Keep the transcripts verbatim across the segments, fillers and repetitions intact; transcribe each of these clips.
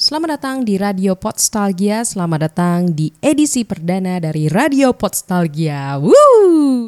Selamat datang di Radio Podstalgia. Selamat datang di edisi perdana dari Radio Podstalgia. Woo!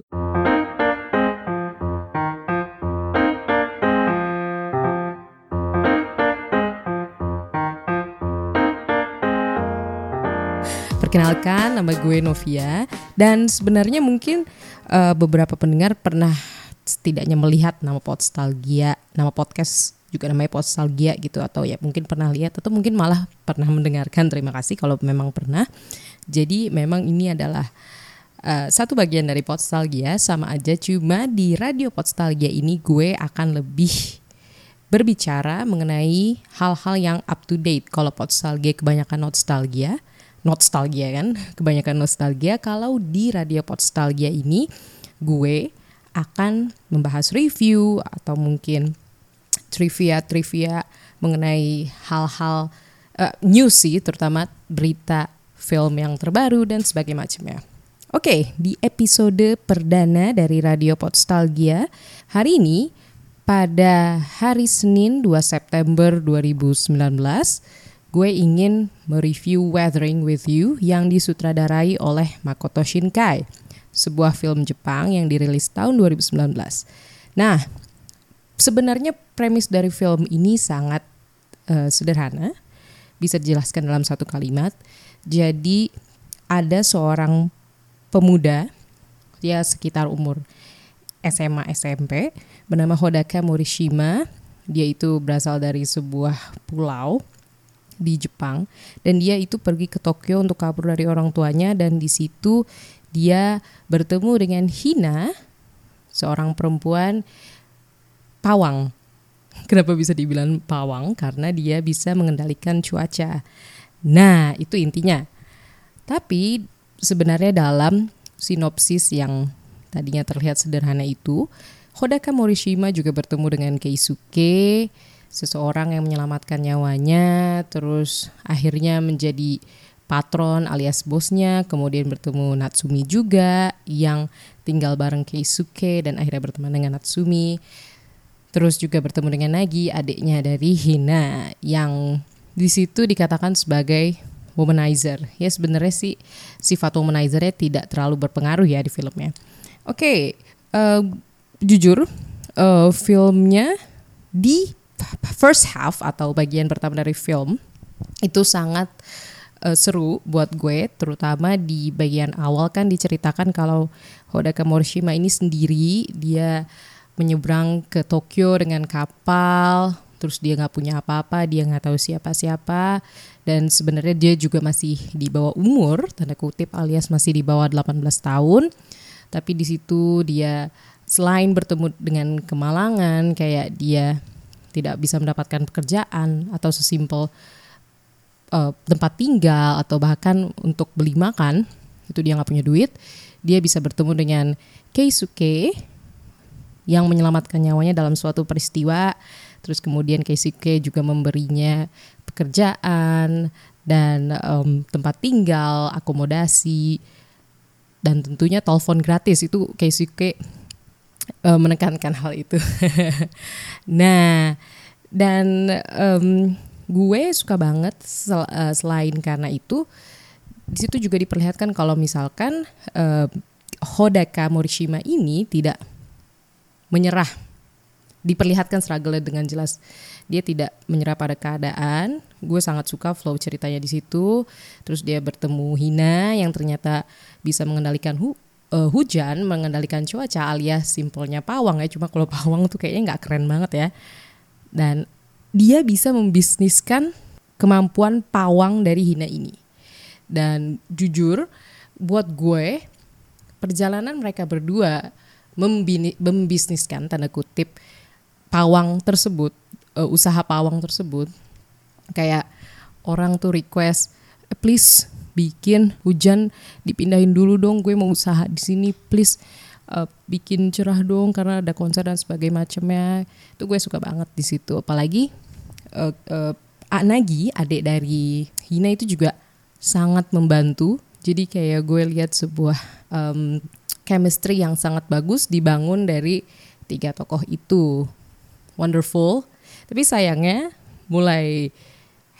Perkenalkan, nama gue Novia. Dan sebenarnya mungkin uh, beberapa pendengar pernah setidaknya melihat nama Podstalgia, nama podcast juga namanya Podstalgia gitu, atau ya mungkin pernah lihat atau mungkin malah pernah mendengarkan. Terima kasih kalau memang pernah. Jadi memang ini adalah uh, satu bagian dari Podstalgia, sama aja, cuma di Radio Podstalgia ini gue akan lebih berbicara mengenai hal-hal yang up to date. Kalau Podstalgia kebanyakan nostalgia, nostalgia kan, kebanyakan nostalgia. Kalau di Radio Podstalgia ini gue akan membahas review atau mungkin trivia-trivia mengenai hal-hal uh, news sih, terutama berita film yang terbaru dan sebagainya macamnya. Oke, di episode perdana dari Radio Podstalgia hari ini, pada hari Senin dua September dua ribu sembilan belas, gue ingin mereview Weathering with You yang disutradarai oleh Makoto Shinkai, sebuah film Jepang yang dirilis tahun dua ribu sembilan belas. Nah, sebenarnya premis dari film ini sangat uh, sederhana, bisa dijelaskan dalam satu kalimat. Jadi ada seorang pemuda, dia sekitar umur S M A S M P, bernama Hodaka Morishima. Dia itu berasal dari sebuah pulau di Jepang, dan dia itu pergi ke Tokyo untuk kabur dari orang tuanya, dan di situ dia bertemu dengan Hina, seorang perempuan pawang. Kenapa bisa dibilang pawang? Karena dia bisa mengendalikan cuaca. Nah, itu intinya. Tapi sebenarnya dalam sinopsis yang tadinya terlihat sederhana itu, Hodaka Morishima juga bertemu dengan Keisuke, seseorang yang menyelamatkan nyawanya, terus akhirnya menjadi patron alias bosnya. Kemudian bertemu Natsumi juga yang tinggal bareng Keisuke dan akhirnya berteman dengan Natsumi. Terus juga bertemu dengan Nagi, adiknya dari Hina, yang di situ dikatakan sebagai womanizer. Ya sebenarnya sih sifat womanizernya tidak terlalu berpengaruh ya di filmnya. Oke, uh, jujur uh, filmnya di first half atau bagian pertama dari film itu sangat uh, seru buat gue, terutama di bagian awal kan diceritakan kalau Hodaka Morishima ini sendiri, dia menyeberang ke Tokyo dengan kapal, terus dia nggak punya apa-apa, dia nggak tahu siapa-siapa, dan sebenarnya dia juga masih di bawah umur, tanda kutip, alias masih di bawah delapan belas tahun. Tapi di situ dia selain bertemu dengan kemalangan, kayak dia tidak bisa mendapatkan pekerjaan atau sesimpel uh, tempat tinggal atau bahkan untuk beli makan, itu dia nggak punya duit. Dia bisa bertemu dengan Keisuke yang menyelamatkan nyawanya dalam suatu peristiwa. Terus kemudian Keisuke juga memberinya pekerjaan dan um, tempat tinggal, akomodasi, dan tentunya telepon gratis. Itu Keisuke uh, menekankan hal itu. Nah, dan um, gue suka banget sel, uh, selain karena itu, di situ juga diperlihatkan kalau misalkan uh, Hodaka Morishima ini tidak menyerah. Diperlihatkan struggle dengan jelas. Dia tidak menyerah pada keadaan. Gue sangat suka flow ceritanya di situ. Terus dia bertemu Hina yang ternyata bisa mengendalikan hu, uh, hujan, mengendalikan cuaca, alias simpelnya pawang ya. Cuma kalau pawang tuh kayaknya nggak keren banget ya. Dan dia bisa membisniskan kemampuan pawang dari Hina ini. Dan jujur buat gue, perjalanan mereka berdua Membini, membisniskan tanda kutip pawang tersebut, uh, usaha pawang tersebut, kayak orang tuh request, eh, please bikin hujan dipindahin dulu dong, gue mau usaha di sini, please uh, bikin cerah dong karena ada konser dan sebagainya macamnya. Itu gue suka banget di situ. Apalagi uh, uh, Nagi, adik dari Hina, itu juga sangat membantu. Jadi kayak gue lihat sebuah um, chemistry yang sangat bagus dibangun dari tiga tokoh itu. Wonderful. Tapi sayangnya mulai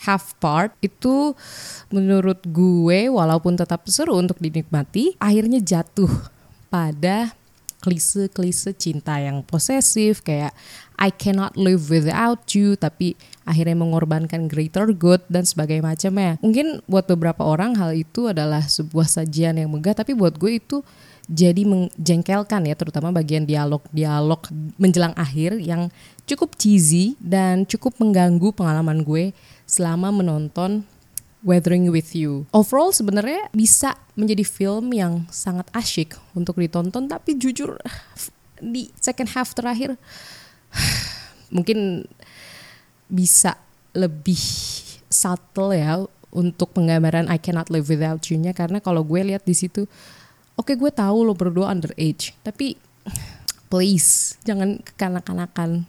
half part itu menurut gue walaupun tetap seru untuk dinikmati, akhirnya jatuh pada klise-klise cinta yang posesif kayak I cannot live without you, tapi akhirnya mengorbankan greater good dan sebagainya macamnya. Mungkin buat beberapa orang hal itu adalah sebuah sajian yang megah, tapi buat gue itu jadi menjengkelkan ya, terutama bagian dialog-dialog menjelang akhir yang cukup cheesy dan cukup mengganggu pengalaman gue selama menonton Weathering with You. Overall sebenarnya bisa menjadi film yang sangat asyik untuk ditonton, tapi jujur di second half terakhir mungkin bisa lebih subtle ya untuk penggambaran I cannot live without you-nya, karena kalau gue lihat di situ, oke okay, gue tahu lo berdua underage, tapi please jangan kekanak-kanakan.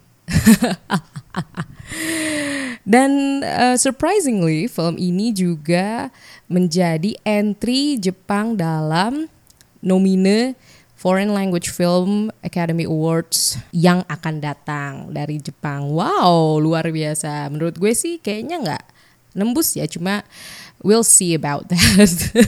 Dan uh, surprisingly film ini juga menjadi entry Jepang dalam nomine Foreign Language Film Academy Awards yang akan datang dari Jepang. Wow, luar biasa. Menurut gue sih kayaknya nggak nembus ya, cuma we'll see about that.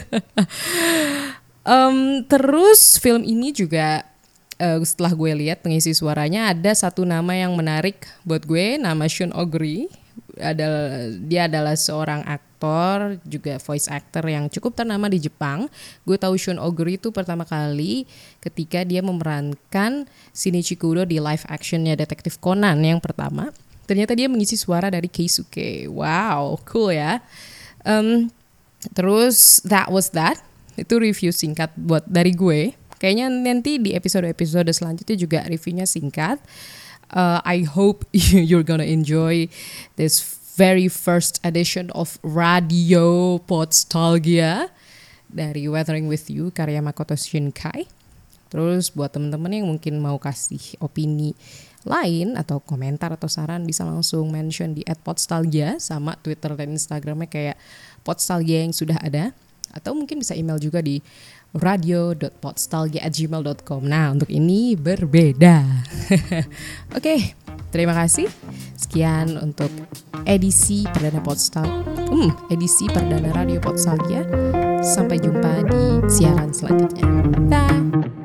um, terus film ini juga Uh, setelah gue lihat pengisi suaranya, ada satu nama yang menarik buat gue, nama Shun Oguri. Adalah, dia adalah seorang aktor, juga voice actor yang cukup ternama di Jepang. Gue tahu Shun Oguri itu pertama kali ketika dia memerankan Shinichi Kudo di live actionnya Detektif Conan yang pertama. Ternyata dia mengisi suara dari Keisuke. Wow, cool ya. Um, terus that was that. Itu review singkat buat dari gue. Kayaknya nanti di episode-episode selanjutnya juga reviewnya singkat. Uh, I hope you're gonna enjoy this very first edition of Radio Podstalgia dari Weathering with You karya Makoto Shinkai. Terus buat teman-teman yang mungkin mau kasih opini lain atau komentar atau saran, bisa langsung mention di at podstalgia, sama Twitter dan Instagramnya kayak podstalgia yang sudah ada. Atau mungkin bisa email juga di radio dot podstalgia at gmail dot com. Nah, untuk ini berbeda. Oke, okay, terima kasih. Sekian untuk edisi perdana Podstal, hmm, edisi perdana Radio Podstalgia. Sampai jumpa di siaran selanjutnya. Dah.